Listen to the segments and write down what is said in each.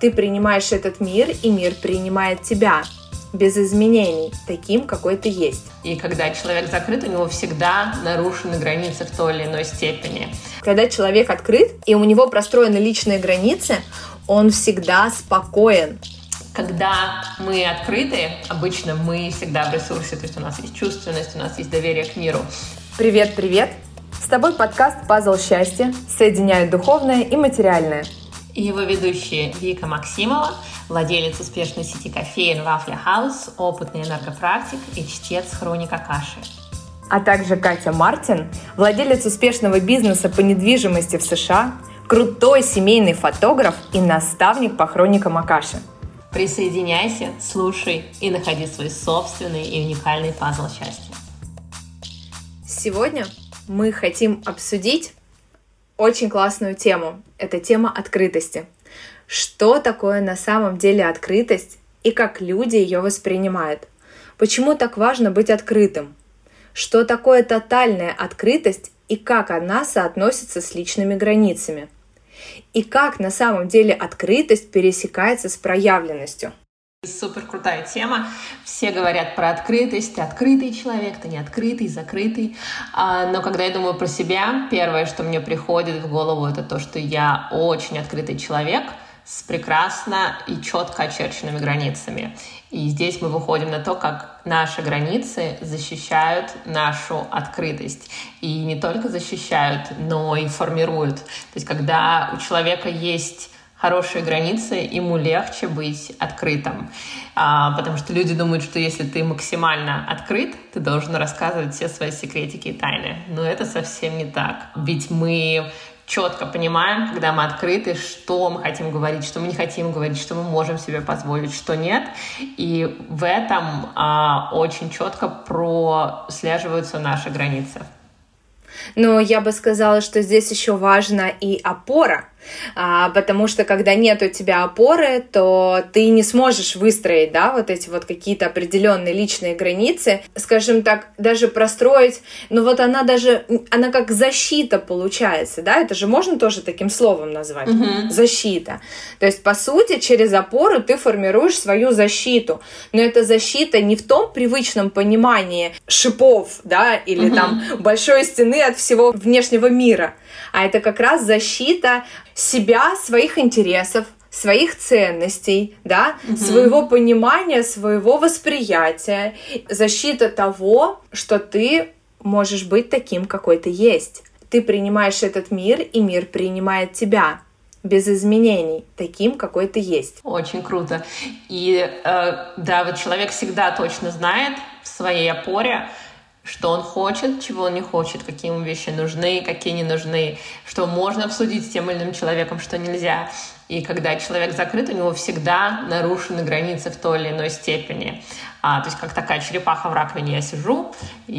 Ты принимаешь этот мир, и мир принимает тебя. Без изменений, таким, какой ты есть. И когда человек закрыт, у него всегда нарушены границы в той или иной степени. Когда человек открыт, и у него простроены личные границы, он всегда спокоен. Когда мы открыты, обычно мы всегда в ресурсе, то есть у нас есть чувственность, у нас есть доверие к миру. Привет-привет! С тобой подкаст «Пазл счастья» соединяет духовное и материальное. И его ведущие Вика Максимова, владелец успешной сети кофеен Waffle House, опытный энергопрактик и чтец хроник Акаши. А также Катя Мартин, владелец успешного бизнеса по недвижимости в США, крутой семейный фотограф и наставник по хроникам Акаши. Присоединяйся, слушай и находи свой собственный и уникальный пазл счастья. Сегодня мы хотим обсудить очень классную тему. Это тема открытости. Что такое на самом деле открытость и как люди ее воспринимают? Почему так важно быть открытым? Что такое тотальная открытость и как она соотносится с личными границами? И как на самом деле открытость пересекается с проявленностью? Супер крутая тема. Все говорят про открытость. Ты открытый человек, ты не открытый, закрытый. Но когда я думаю про себя, первое, что мне приходит в голову, это то, что я очень открытый человек с прекрасно и четко очерченными границами. И здесь мы выходим на то, как наши границы защищают нашу открытость. И не только защищают, но и формируют. То есть когда у человека есть хорошие границы, ему легче быть открытым. Потому что люди думают, что если ты максимально открыт, ты должен рассказывать все свои секретики и тайны. Но это совсем не так. Ведь мы четко понимаем, когда мы открыты, что мы хотим говорить, что мы не хотим говорить, что мы можем себе позволить, что нет. И в этом очень четко прослеживаются наши границы. Но я бы сказала, что здесь еще важна и опора, потому что когда нет у тебя опоры, то ты не сможешь выстроить, вот эти вот какие-то определенные личные границы, скажем так, даже простроить, она как защита получается, это же можно тоже таким словом назвать, защита. То есть, по сути, через опору ты формируешь свою защиту, но эта защита не в том привычном понимании шипов, или там большой стены от всего внешнего мира, а это как раз защита себя, своих интересов, своих ценностей, своего понимания, своего восприятия, защита того, что ты можешь быть таким, какой ты есть. Ты принимаешь этот мир, и мир принимает тебя. Без изменений, таким, какой ты есть. Очень круто. И человек всегда точно знает в своей опоре, что он хочет, чего он не хочет, какие ему вещи нужны, какие не нужны, что можно обсудить с тем или иным человеком, что нельзя. И когда человек закрыт, у него всегда нарушены границы в той или иной степени. То есть как такая черепаха в раковине я сижу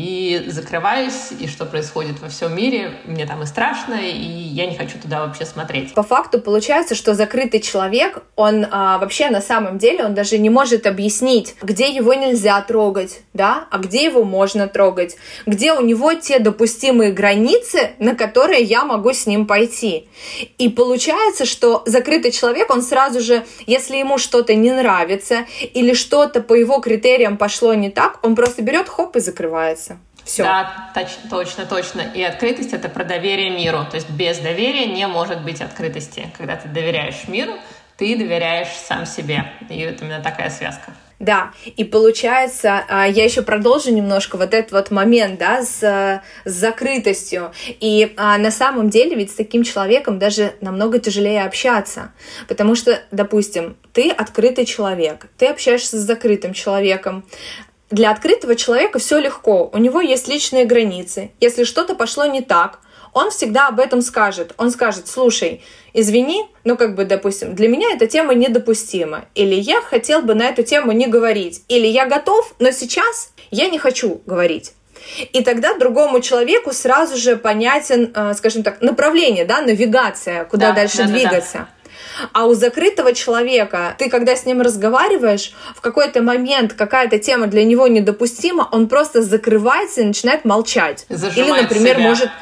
и закрываюсь, и что происходит во всем мире, мне там и страшно, и я не хочу туда вообще смотреть. По факту получается, что закрытый человек, он вообще на самом деле, он даже не может объяснить, где его нельзя трогать, а где его можно трогать, где у него те допустимые границы, на которые я могу с ним пойти. И получается, что закрытый человек, он сразу же, если ему что-то не нравится или что-то по его критериям пошло не так, он просто берет, хоп, и закрывается. Все. Да, точно. И открытость — это про доверие миру. То есть без доверия не может быть открытости. Когда ты доверяешь миру, ты доверяешь сам себе. И это именно такая связка. Да, и получается, я еще продолжу немножко вот этот вот момент, с закрытостью. И на самом деле ведь с таким человеком даже намного тяжелее общаться. Потому что, допустим, ты открытый человек, ты общаешься с закрытым человеком. Для открытого человека все легко, у него есть личные границы. Если что-то пошло не так, он всегда об этом скажет. Он скажет: слушай, извини, допустим, для меня эта тема недопустима. Или я хотел бы на эту тему не говорить. Или я готов, но сейчас я не хочу говорить. И тогда другому человеку сразу же понятен, скажем так, направление, навигация, куда дальше двигаться. А у закрытого человека, ты когда с ним разговариваешь, в какой-то момент какая-то тема для него недопустима, он просто закрывается и начинает молчать. Зажимает или, например, себя.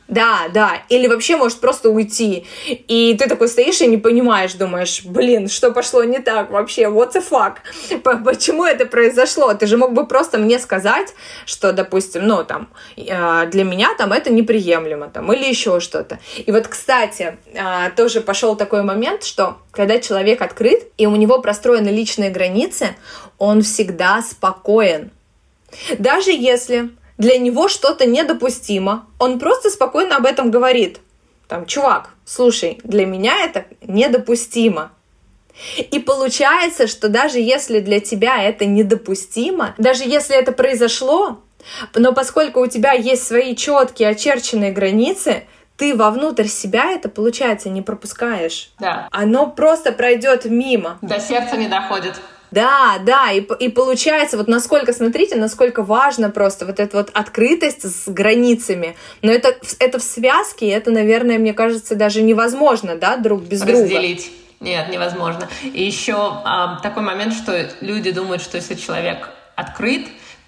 Да, или вообще может просто уйти. И ты такой стоишь и не понимаешь, думаешь, блин, что пошло не так вообще, what the fuck? Почему это произошло? Ты же мог бы просто мне сказать, что, допустим, для меня там это неприемлемо, там, или еще что-то. И вот, кстати, тоже пошел такой момент, что когда человек открыт, и у него простроены личные границы, он всегда спокоен. Даже если для него что-то недопустимо, он просто спокойно об этом говорит. Там, чувак, слушай, для меня это недопустимо. И получается, что даже если для тебя это недопустимо, даже если это произошло, но поскольку у тебя есть свои четкие очерченные границы, ты вовнутрь себя это, получается, не пропускаешь. Да. Оно просто пройдет мимо. До сердца не доходит. Да, и получается, вот смотрите, насколько важно просто вот эта вот открытость с границами. Но это в связке, это, наверное, мне кажется, даже невозможно, да, друг без друга. Разделить. Нет, невозможно. И еще такой момент, что люди думают, что если человек открыт,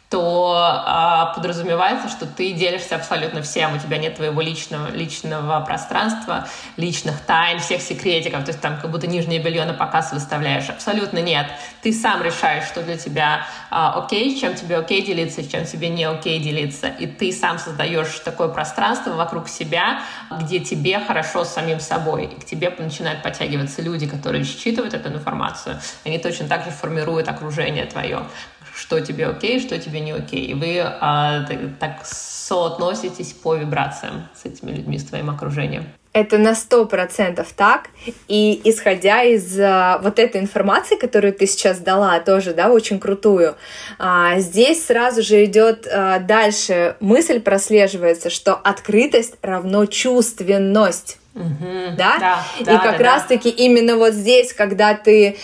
то подразумевается, что ты делишься абсолютно всем, у тебя нет твоего личного пространства, личных тайн, всех секретиков, то есть там как будто нижнее белье на показ выставляешь. Абсолютно нет. Ты сам решаешь, что для тебя окей, с чем тебе окей делиться, с чем тебе не окей делиться. И ты сам создаешь такое пространство вокруг себя, где тебе хорошо с самим собой. И к тебе начинают подтягиваться люди, которые считывают эту информацию. Они точно так же формируют окружение твое. Что тебе окей, что тебе не окей. И вы так соотноситесь по вибрациям с этими людьми, с твоим окружением. Это на 100% так. И исходя из вот этой информации, которую ты сейчас дала, тоже, да, очень крутую, здесь сразу же идет дальше мысль прослеживается, что открытость равно чувственность. Да? И как раз-таки именно вот здесь, когда ты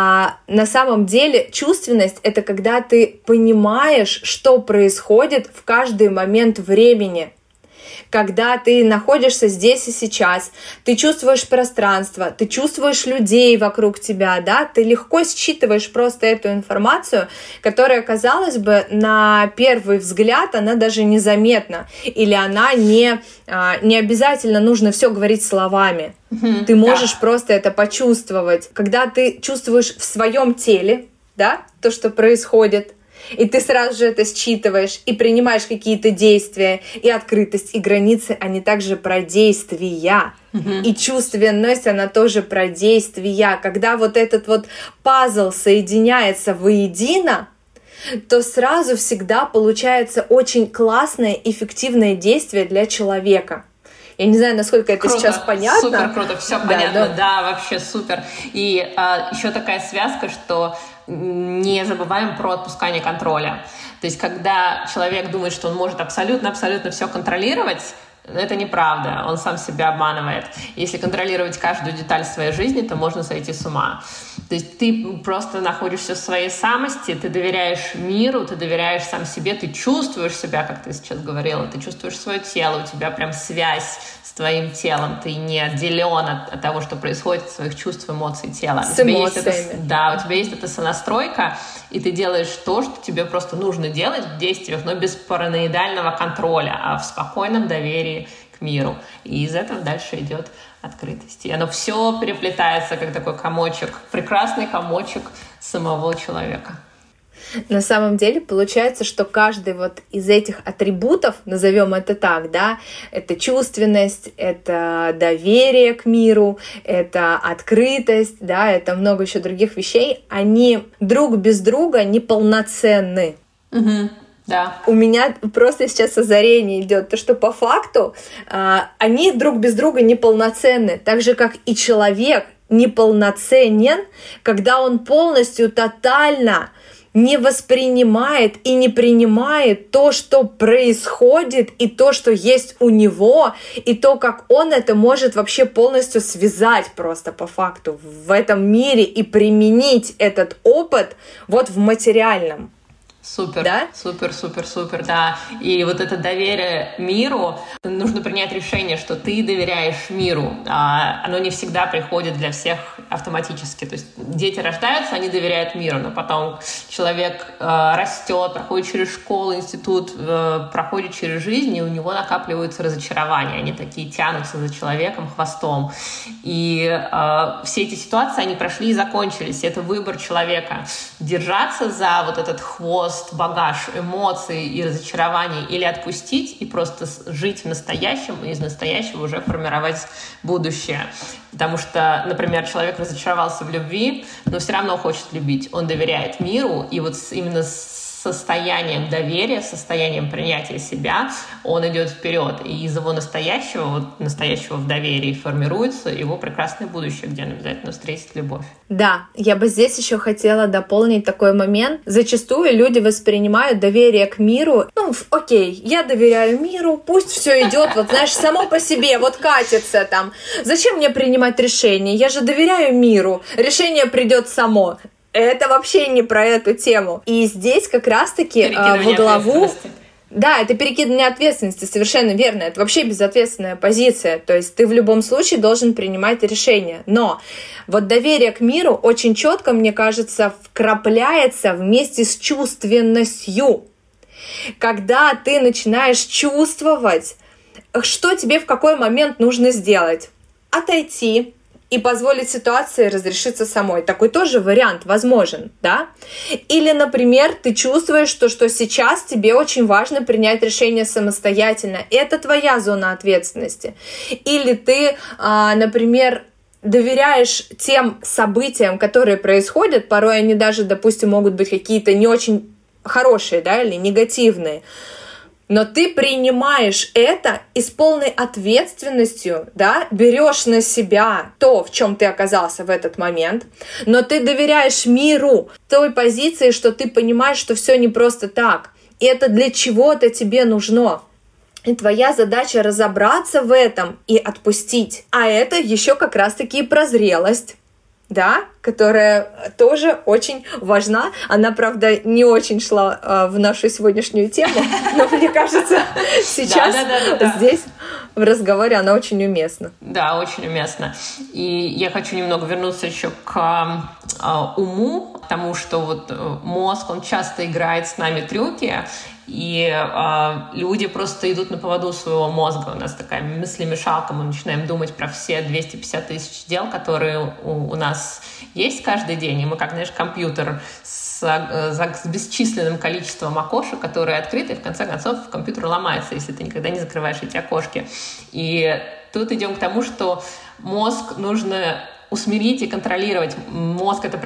на самом деле чувственность, это когда ты понимаешь, что происходит в каждый момент времени. Когда ты находишься здесь и сейчас, ты чувствуешь пространство, ты чувствуешь людей вокруг тебя, да, ты легко считываешь просто эту информацию, которая, казалось бы, на первый взгляд, она даже незаметна, или она не обязательно нужно все говорить словами. Ты можешь просто это почувствовать. Когда ты чувствуешь в своем теле, да, то, что происходит, и ты сразу же это считываешь и принимаешь какие-то действия, и открытость, и границы, они также про действия. И чувственность, она тоже про действия. Когда вот этот вот пазл соединяется воедино, то сразу всегда получается очень классное, эффективное действие для человека. Я не знаю, насколько это сейчас понятно. Супер круто, все понятно, да, вообще супер. И еще такая связка, что не забываем про отпускание контроля. То есть, когда человек думает, что он может абсолютно все контролировать, это неправда, он сам себя обманывает. Если контролировать каждую деталь своей жизни, то можно сойти с ума. То есть ты просто находишься в своей самости, ты доверяешь миру, ты доверяешь сам себе, ты чувствуешь себя, как ты сейчас говорила, ты чувствуешь свое тело, у тебя прям связь с твоим телом, ты не отделен от того, что происходит, от своих чувств, эмоций, тела. С эмоциями. У тебя есть эта сонастройка, и ты делаешь то, что тебе просто нужно делать в действиях, но без параноидального контроля, а в спокойном доверии к миру. И из этого дальше идет открытость. И оно все переплетается, как такой комочек, прекрасный комочек самого человека. На самом деле получается, что каждый вот из этих атрибутов, назовем это так, да, это чувственность, это доверие к миру, это открытость, да, это много еще других вещей, они друг без друга неполноценны. Да. У меня просто сейчас озарение идет, то что по факту они друг без друга неполноценны, так же как и человек неполноценен, когда он полностью, тотально не воспринимает и не принимает то, что происходит, и то, что есть у него, и то, как он это может вообще полностью связать просто по факту в этом мире и применить этот опыт вот в материальном. Супер, да? супер, да. И вот это доверие миру, нужно принять решение, что ты доверяешь миру. Оно не всегда приходит для всех автоматически. То есть дети рождаются, они доверяют миру, но потом человек растет, проходит через школу, институт, проходит через жизнь, и у него накапливаются разочарования. Они такие тянутся за человеком хвостом. И все эти ситуации, они прошли и закончились. Это выбор человека. Держаться за вот этот хвост, багаж эмоций и разочарований или отпустить и просто жить в настоящем и из настоящего уже формировать будущее. Потому что, например, человек разочаровался в любви, но все равно хочет любить. Он доверяет миру, и вот именно с состоянием доверия, состоянием принятия себя он идет вперед. И из его настоящего в доверии формируется его прекрасное будущее, где он обязательно встретит любовь. Да, я бы здесь еще хотела дополнить такой момент. Зачастую люди воспринимают доверие к миру. Окей, я доверяю миру, пусть все идет, вот знаешь, само по себе, вот катится там. Зачем мне принимать решение? Я же доверяю миру, решение придет само. Это вообще не про эту тему. И здесь как раз-таки во главу... Да, это перекидывание ответственности, совершенно верно. Это вообще безответственная позиция. То есть ты в любом случае должен принимать решения. Но вот доверие к миру очень четко, мне кажется, вкрапляется вместе с чувственностью. Когда ты начинаешь чувствовать, что тебе в какой момент нужно сделать. Отойти и позволить ситуации разрешиться самой. Такой тоже вариант возможен, да? Или, например, ты чувствуешь, что сейчас тебе очень важно принять решение самостоятельно. Это твоя зона ответственности. Или ты, например, доверяешь тем событиям, которые происходят, порой они даже, допустим, могут быть какие-то не очень хорошие, да, или негативные. Но ты принимаешь это и с полной ответственностью, да, берешь на себя то, в чем ты оказался в этот момент, но ты доверяешь миру той позиции, что ты понимаешь, что все не просто так. И это для чего-то тебе нужно. И твоя задача разобраться в этом и отпустить. А это еще как раз-таки и про зрелость. Да, которая тоже очень важна. Она, правда, не очень шла в нашу сегодняшнюю тему, но мне кажется, сейчас здесь в разговоре она очень уместна. Да, очень уместна. И я хочу немного вернуться еще к уму, потому что вот мозг, он часто играет с нами трюки, и люди просто идут на поводу своего мозга. У нас такая мыслемешалка, мы начинаем думать про все 250 тысяч дел, которые у нас есть каждый день. И мы, как, знаешь, компьютер с бесчисленным количеством окошек, которые открыты, и в конце концов компьютер ломается, если ты никогда не закрываешь эти окошки. И тут идем к тому, что мозг нужно усмирить и контролировать. Мозг — это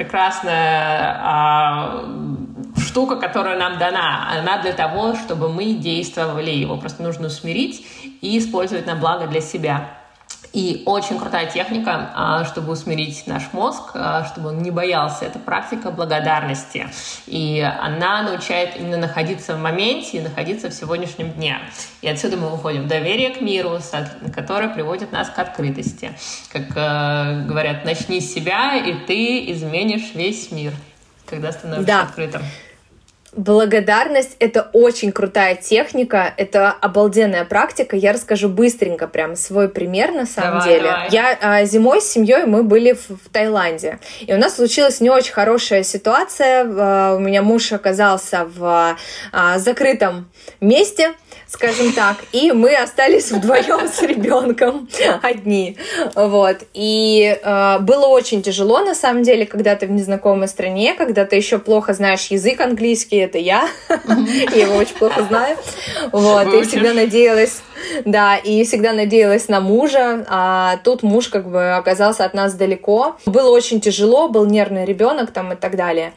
прекрасная штука, которая нам дана. Она для того, чтобы мы действовали. Его просто нужно усмирить и использовать на благо для себя. И очень крутая техника, чтобы усмирить наш мозг, чтобы он не боялся. Это практика благодарности. И она научает именно находиться в моменте и находиться в сегодняшнем дне. И отсюда мы выходим в доверие к миру, которое приводит нас к открытости. Как говорят, начни с себя, и ты изменишь весь мир, когда становишься открытым. Благодарность — это очень крутая техника, это обалденная практика. Я расскажу быстренько прям свой пример на самом деле. Давай. Я зимой с семьей, мы были в Таиланде, и у нас случилась не очень хорошая ситуация. У меня муж оказался в закрытом месте, скажем так, и мы остались вдвоем с ребенком одни. Вот. И было очень тяжело, на самом деле, когда ты в незнакомой стране, когда ты еще плохо знаешь язык английский, это я его очень плохо знаю. Вот. И всегда надеялась, и всегда надеялась на мужа, а тут муж как бы оказался от нас далеко. Было очень тяжело, был нервный ребенок там и так далее.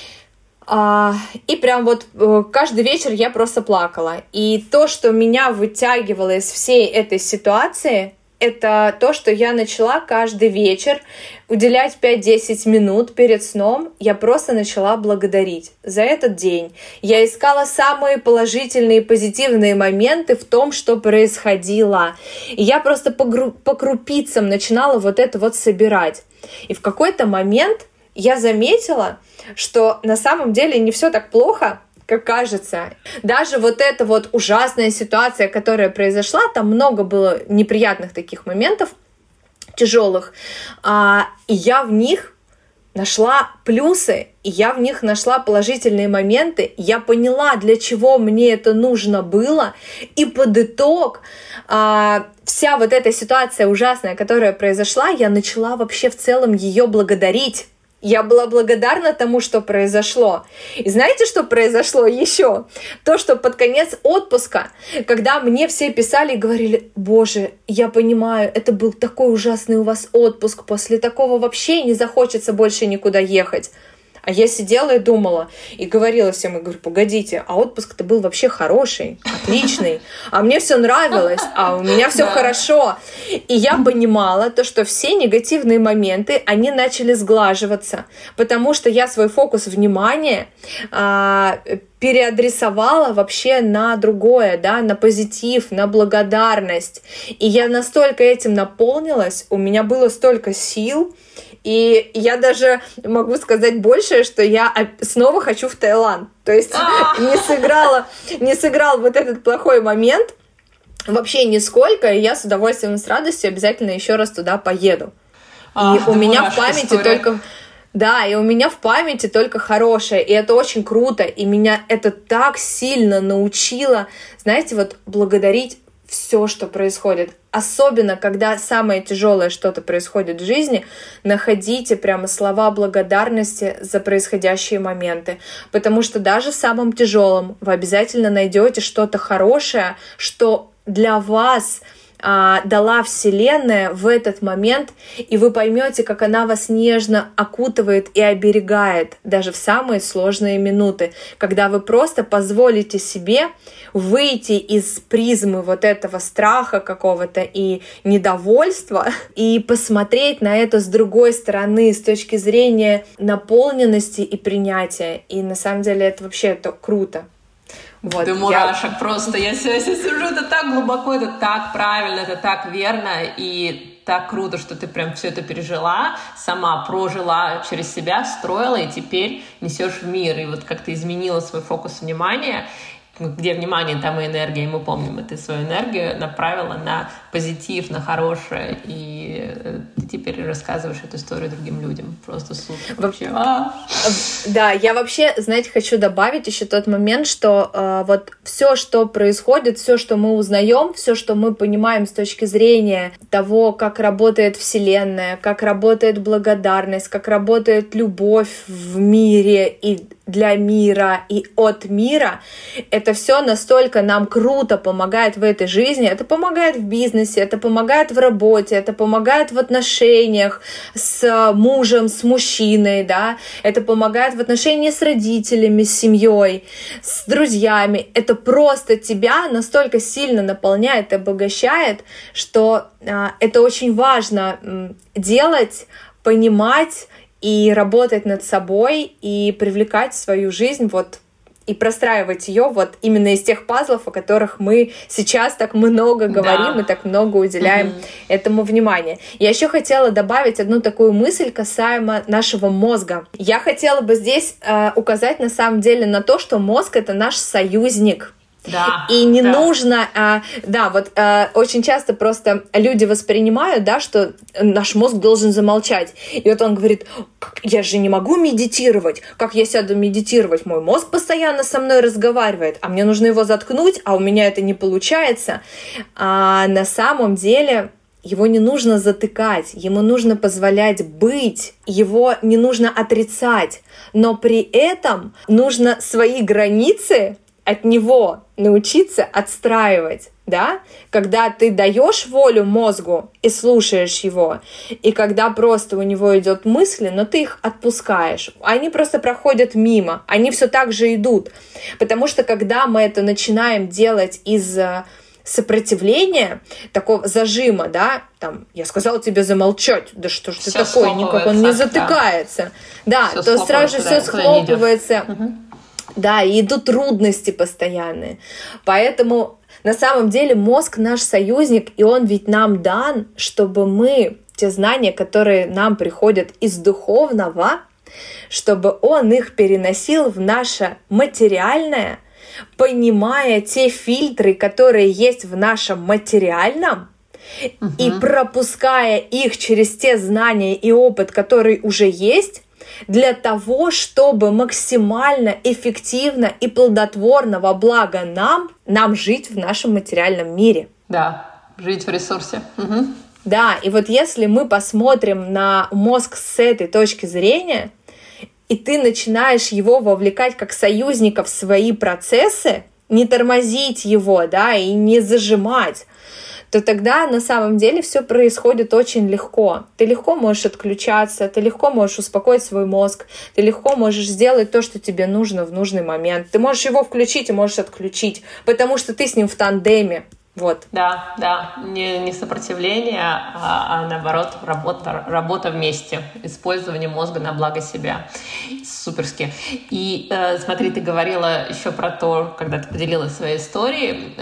И прям вот каждый вечер я просто плакала. И то, что меня вытягивало из всей этой ситуации, это то, что я начала каждый вечер уделять 5-10 минут перед сном. Я просто начала благодарить за этот день. Я искала самые положительные, позитивные моменты в том, что происходило. И я просто по крупицам начинала вот это вот собирать. И в какой-то момент я заметила, что на самом деле не все так плохо, как кажется. Даже вот эта вот ужасная ситуация, которая произошла, там много было неприятных таких моментов, тяжелых, и я в них нашла плюсы, и я в них нашла положительные моменты, я поняла, для чего мне это нужно было, и под итог вся вот эта ситуация ужасная, которая произошла, я начала вообще в целом ее благодарить. Я была благодарна тому, что произошло. И знаете, что произошло еще? То, что под конец отпуска, когда мне все писали и говорили: «Боже, я понимаю, это был такой ужасный у вас отпуск, после такого вообще не захочется больше никуда ехать». А я сидела и думала, и говорила всем, и говорю: «Погодите, а отпуск-то был вообще хороший, отличный, а мне все нравилось, а у меня все хорошо». И я понимала то, что все негативные моменты, они начали сглаживаться, потому что я свой фокус внимания переадресовала вообще на другое, да, на позитив, на благодарность. И я настолько этим наполнилась, у меня было столько сил. И я даже могу сказать больше, что я снова хочу в Таиланд. То есть не сыграл вот этот плохой момент вообще нисколько, и я с удовольствием и с радостью обязательно еще раз туда поеду. И у меня в памяти только... Да, и у меня в памяти только хорошее, и это очень круто, и меня это так сильно научило, знаете, вот благодарить все, что происходит. Особенно, когда самое тяжелое что-то происходит в жизни, находите прямо слова благодарности за происходящие моменты. Потому что даже в самом тяжелом вы обязательно найдете что-то хорошее, что для вас дала Вселенная в этот момент, и вы поймете, как она вас нежно окутывает и оберегает даже в самые сложные минуты, когда вы просто позволите себе выйти из призмы вот этого страха какого-то и недовольства и посмотреть на это с другой стороны, с точки зрения наполненности и принятия. И на самом деле это вообще круто. Вот, ты мурашек просто. Я сижу, это так глубоко, это так правильно, это так верно, и так круто, что ты прям все это пережила, сама прожила через себя, строила, и теперь несешь в мир. И вот как ты изменила свой фокус внимания, где внимание, там и энергия, и мы помним, и ты свою энергию направила на позитив, на хорошее, и ты теперь рассказываешь эту историю другим людям. Просто супер. Вообще. Да, я вообще, знаете, хочу добавить еще тот момент, что вот все, что происходит, все, что мы узнаем, все, что мы понимаем с точки зрения того, как работает Вселенная, как работает благодарность, как работает любовь в мире и для мира и от мира, это все настолько нам круто помогает в этой жизни, это помогает в бизнесе, это помогает в работе, это помогает в отношениях с мужем, с мужчиной, да, это помогает в отношении с родителями, с семьей, с друзьями, это просто тебя настолько сильно наполняет и обогащает, что это очень важно делать, понимать, и работать над собой, и привлекать в свою жизнь, вот, и простраивать ее вот именно из тех пазлов, о которых мы сейчас так много говорим и так много уделяем этому внимания. Я еще хотела добавить одну такую мысль касаемо нашего мозга. Я хотела бы здесь указать на самом деле на то, что мозг — это наш союзник. Да, и не нужно, очень часто просто люди воспринимают, да, что наш мозг должен замолчать. И вот он говорит: я же не могу медитировать, как я сяду медитировать, мой мозг постоянно со мной разговаривает, а мне нужно его заткнуть, а у меня это не получается. А на самом деле его не нужно затыкать, ему нужно позволять быть, его не нужно отрицать, но при этом нужно свои границы от него научиться отстраивать, да? Когда ты даешь волю мозгу и слушаешь его, и когда просто у него идет мысли, но ты их отпускаешь, они просто проходят мимо, они все так же идут, потому что когда мы это начинаем делать из сопротивления, такого зажима, да, там, я сказала тебе замолчать, да что ж ты такой, никак он не затыкается, да, то сразу же все схлопывается. Да, и идут трудности постоянные. Поэтому на самом деле мозг наш союзник, и он ведь нам дан, чтобы мы те знания, которые нам приходят из духовного, чтобы он их переносил в наше материальное, понимая те фильтры, которые есть в нашем материальном, и пропуская их через те знания и опыт, который уже есть, для того, чтобы максимально эффективно и плодотворно во благо нам жить в нашем материальном мире. Да, жить в ресурсе. Да, и вот если мы посмотрим на мозг с этой точки зрения, и ты начинаешь его вовлекать как союзника в свои процессы, не тормозить его, да, и не зажимать, то тогда на самом деле все происходит очень легко. Ты легко можешь отключаться, ты легко можешь успокоить свой мозг, ты легко можешь сделать то, что тебе нужно в нужный момент. Ты можешь его включить и можешь отключить, потому что ты с ним в тандеме. Вот. Да, не сопротивление, а наоборот работа вместе, использование мозга на благо себя. Суперски. И смотри, ты говорила еще про то, когда ты поделилась своей историей,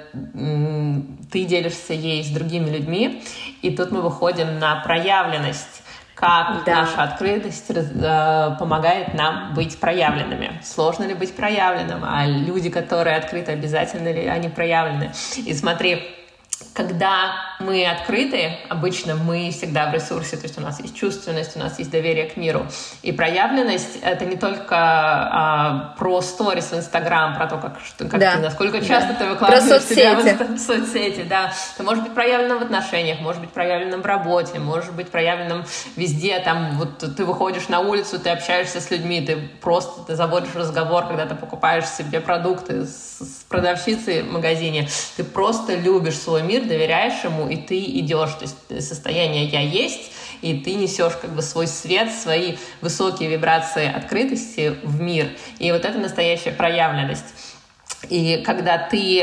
ты делишься ей с другими людьми, и тут мы выходим на проявленность. Как наша открытость помогает нам быть проявленными. Сложно ли быть проявленным? А люди, которые открыты, обязательно ли они проявлены? И смотри, когда мы открыты, обычно мы всегда в ресурсе, то есть у нас есть чувственность, у нас есть доверие к миру. И проявленность — это не только про сторис в Инстаграм, про то, как ты, насколько часто ты выкладываешь себя в соцсети. Да. Ты можешь быть проявленным в отношениях, можешь быть проявленным в работе, можешь быть проявленным везде. Там, вот, ты выходишь на улицу, ты общаешься с людьми, ты заводишь разговор, когда ты покупаешь себе продукты с продавщицей в магазине. Ты просто любишь свой мир, доверяешь ему, и ты идешь. То есть состояние «я есть», и ты несешь как бы свой свет, свои высокие вибрации открытости в мир. И вот это настоящая проявленность. И когда ты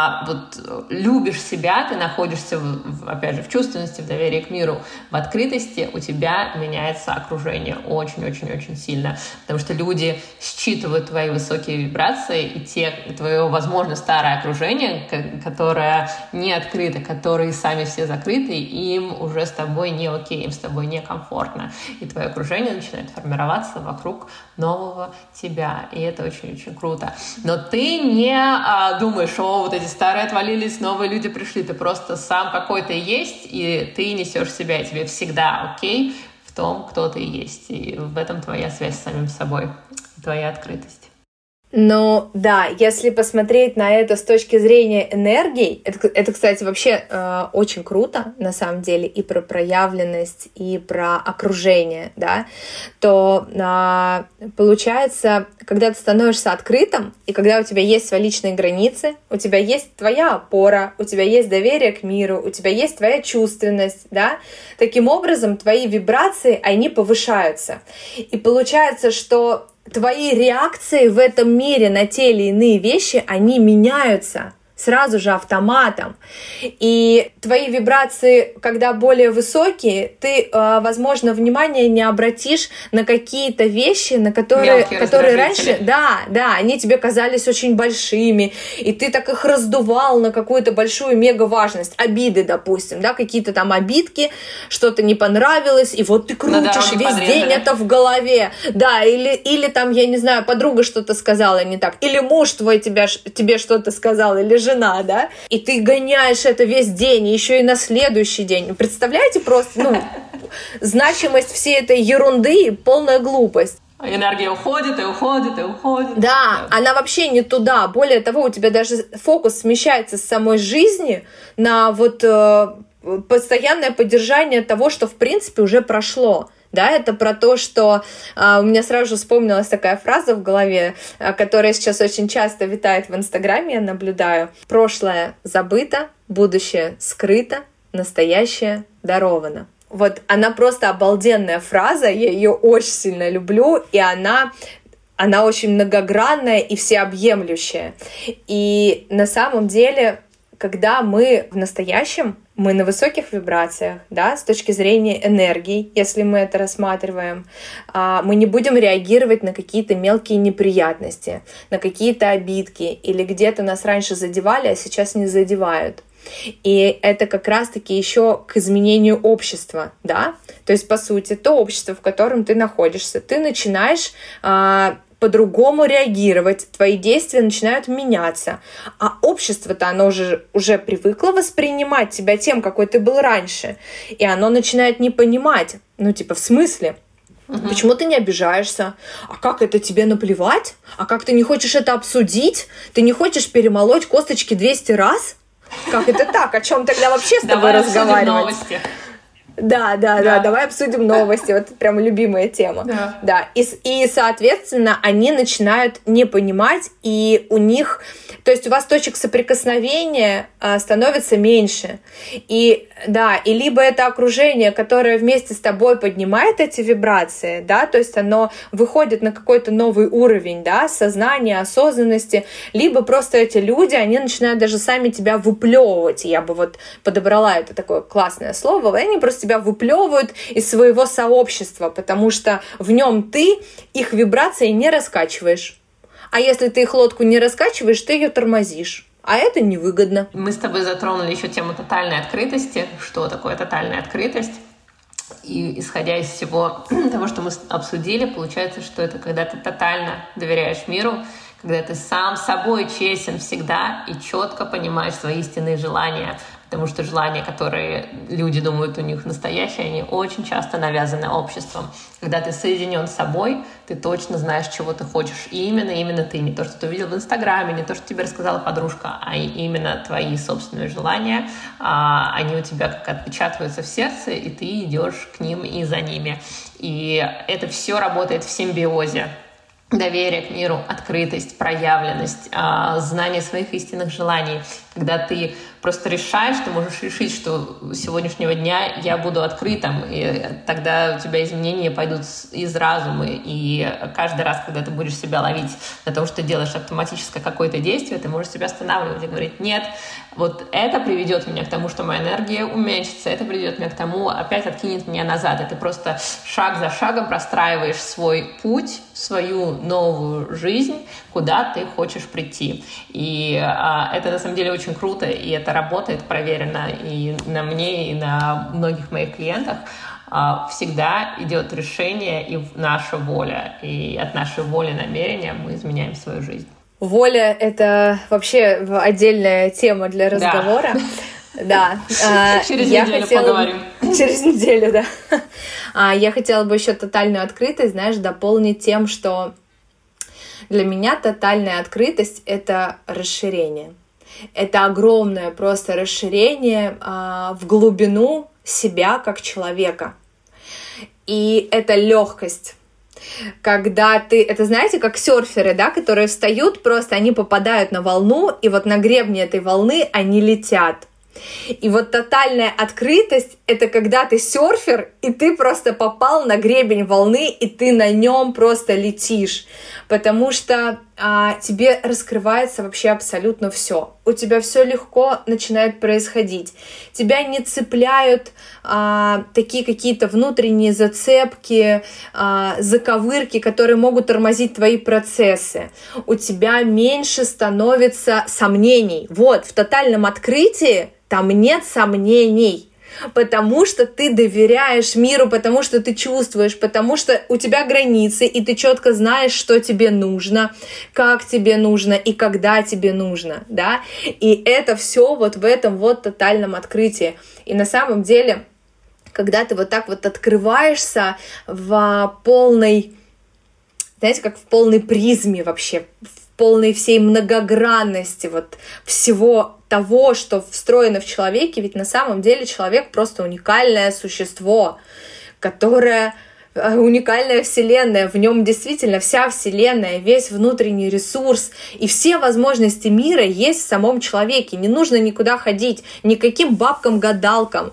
любишь себя, ты находишься, опять же, в чувственности, в доверии к миру, в открытости, у тебя меняется окружение очень-очень-очень сильно. Потому что люди считывают твои высокие вибрации, и твое, возможно, старое окружение, которое не открыто, которые сами все закрыты, им уже с тобой не окей, им с тобой некомфортно. И твое окружение начинает формироваться вокруг нового тебя. И это очень-очень круто. Но ты не думаешь, вот эти старые отвалились, новые люди пришли. Ты просто сам какой ты есть, и ты несешь себя, и тебе всегда окей в том, кто ты есть. И в этом твоя связь с самим собой, твоя открытость. Ну да, если посмотреть на это с точки зрения энергии, это кстати, вообще очень круто, на самом деле, и про проявленность, и про окружение, да, то получается, когда ты становишься открытым, и когда у тебя есть свои личные границы, у тебя есть твоя опора, у тебя есть доверие к миру, у тебя есть твоя чувственность, да, таким образом твои вибрации, они повышаются. И получается, что твои реакции в этом мире на те или иные вещи, они меняются сразу же автоматом. И твои вибрации, когда более высокие, ты, возможно, внимание не обратишь на какие-то вещи, на которые раньше, да, они тебе казались очень большими, и ты так их раздувал на какую-то большую мега-важность. Обиды, допустим, да, какие-то там обидки, что-то не понравилось, и вот ты крутишь весь день это в голове. Да, или там, я не знаю, подруга что-то сказала не так, или муж твой тебе что-то сказал, или жена, да, и ты гоняешь это весь день, и еще и на следующий день. Представляете просто, значимость всей этой ерунды, полная глупость. Энергия уходит. Да, она вообще не туда. Более того, у тебя даже фокус смещается с самой жизни на постоянное поддержание того, что в принципе уже прошло. Да, это про то, что у меня сразу же вспомнилась такая фраза в голове, которая сейчас очень часто витает в Инстаграме, я наблюдаю. Прошлое забыто, будущее скрыто, настоящее даровано. Вот она просто обалденная фраза, я ее очень сильно люблю, и она очень многогранная и всеобъемлющая. И на самом деле, когда мы в настоящем, мы на высоких вибрациях, да, с точки зрения энергии, если мы это рассматриваем, мы не будем реагировать на какие-то мелкие неприятности, на какие-то обидки, или где-то нас раньше задевали, а сейчас не задевают. И это как раз-таки еще к изменению общества, да? То есть, по сути, то общество, в котором ты находишься, ты начинаешь по-другому реагировать, твои действия начинают меняться. А общество-то, оно уже привыкло воспринимать тебя тем, какой ты был раньше. И оно начинает не понимать. В смысле? Почему ты не обижаешься? А как это, тебе наплевать? А как ты не хочешь это обсудить? Ты не хочешь перемолоть косточки 200 раз? Как это так? О чем тогда вообще с тобой разговаривать? Давай обсудим новости. Да, давай обсудим новости. Вот прям любимая тема. Да. И, соответственно, они начинают не понимать, и у них... То есть у вас точек соприкосновения становится меньше. И либо это окружение, которое вместе с тобой поднимает эти вибрации, да, то есть оно выходит на какой-то новый уровень, да, сознания, осознанности, либо просто эти люди, они начинают даже сами тебя выплевывать. Я бы вот подобрала это такое классное слово, они просто тебя выплевывают из своего сообщества, потому что в нем ты их вибрации не раскачиваешь. А если ты их лодку не раскачиваешь, ты ее тормозишь. А это невыгодно. Мы с тобой затронули еще тему тотальной открытости. Что такое тотальная открытость? И исходя из всего того, что мы обсудили, получается, что это когда ты тотально доверяешь миру, когда ты сам собой честен всегда и четко понимаешь свои истинные желания. Потому что желания, которые люди думают у них настоящие, они очень часто навязаны обществом. Когда ты соединен с собой, ты точно знаешь, чего ты хочешь. И именно ты. Не то, что ты увидел в Инстаграме, не то, что тебе рассказала подружка, а именно твои собственные желания. Они у тебя как отпечатываются в сердце, и ты идешь к ним и за ними. И это все работает в симбиозе. Доверие к миру, открытость, проявленность, знание своих истинных желаний. Когда ты просто решаешь, ты можешь решить, что с сегодняшнего дня я буду открытым, и тогда у тебя изменения пойдут из разума, и каждый раз, когда ты будешь себя ловить на том, что ты делаешь автоматическое какое-то действие, ты можешь себя останавливать и говорить: нет, вот это приведет меня к тому, что моя энергия уменьшится, это приведет меня к тому, опять откинет меня назад. И ты просто шаг за шагом простраиваешь свой путь, свою новую жизнь, куда ты хочешь прийти. И это на самом деле очень круто, и это работает проверено и на мне, и на многих моих клиентах. Всегда идет решение и наша воля. И от нашей воли намерения мы изменяем свою жизнь. Воля — это вообще отдельная тема для разговора. Да. Через неделю поговорим. Через неделю, да. Я хотела бы еще тотальную открытость, дополнить тем, что для меня тотальная открытость — это расширение. Это огромное просто расширение в глубину себя как человека. И это легкость. Когда это знаете, как серферы, да, которые встают, просто они попадают на волну, и вот на гребне этой волны они летят. И вот тотальная открытость — это когда ты серфер, и ты просто попал на гребень волны, и ты на нем просто летишь, потому что тебе раскрывается вообще абсолютно все. У тебя все легко начинает происходить. Тебя не цепляют такие какие-то внутренние зацепки, заковырки, которые могут тормозить твои процессы. У тебя меньше становится сомнений. Вот, в тотальном открытии там нет сомнений, потому что ты доверяешь миру, потому что ты чувствуешь, потому что у тебя границы, и ты четко знаешь, что тебе нужно, как тебе нужно и когда тебе нужно, да, и это все вот в этом вот тотальном открытии. И на самом деле, когда ты вот так вот открываешься в полной, знаете, как в полной призме вообще, в полной всей многогранности вот всего того, что встроено в человеке, ведь на самом деле человек просто уникальное существо, которое уникальная вселенная, в нем действительно вся вселенная, весь внутренний ресурс и все возможности мира есть в самом человеке. Не нужно никуда ходить, никаким бабкам-гадалкам,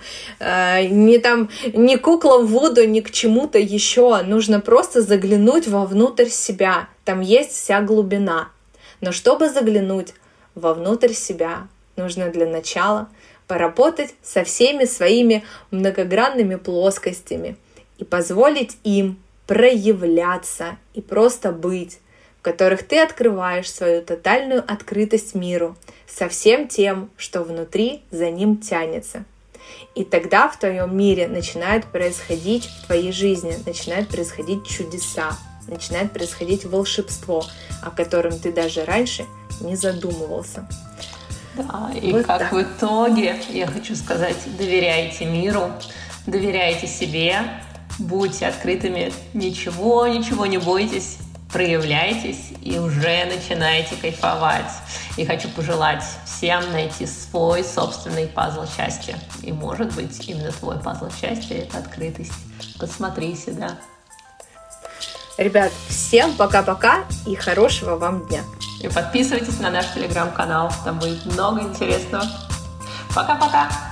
ни куклам Вуду, ни к чему-то еще. Нужно просто заглянуть вовнутрь себя. Там есть вся глубина. Но чтобы заглянуть вовнутрь себя, нужно для начала поработать со всеми своими многогранными плоскостями и позволить им проявляться и просто быть. в которых ты открываешь свою тотальную открытость миру со всем тем, что внутри за ним тянется. И тогда в твоем мире начинают происходить, в твоей жизни начинают происходить чудеса, начинает происходить волшебство, о котором ты даже раньше не задумывался. Да, и вот как так. В итоге, я хочу сказать, доверяйте миру, доверяйте себе, будьте открытыми, ничего не бойтесь, проявляйтесь и уже начинайте кайфовать. И хочу пожелать всем найти свой собственный пазл счастья. И, может быть, именно твой пазл счастья — это открытость. Посмотри сюда. Ребят, всем пока-пока и хорошего вам дня. И подписывайтесь на наш телеграм-канал, там будет много интересного. Пока-пока!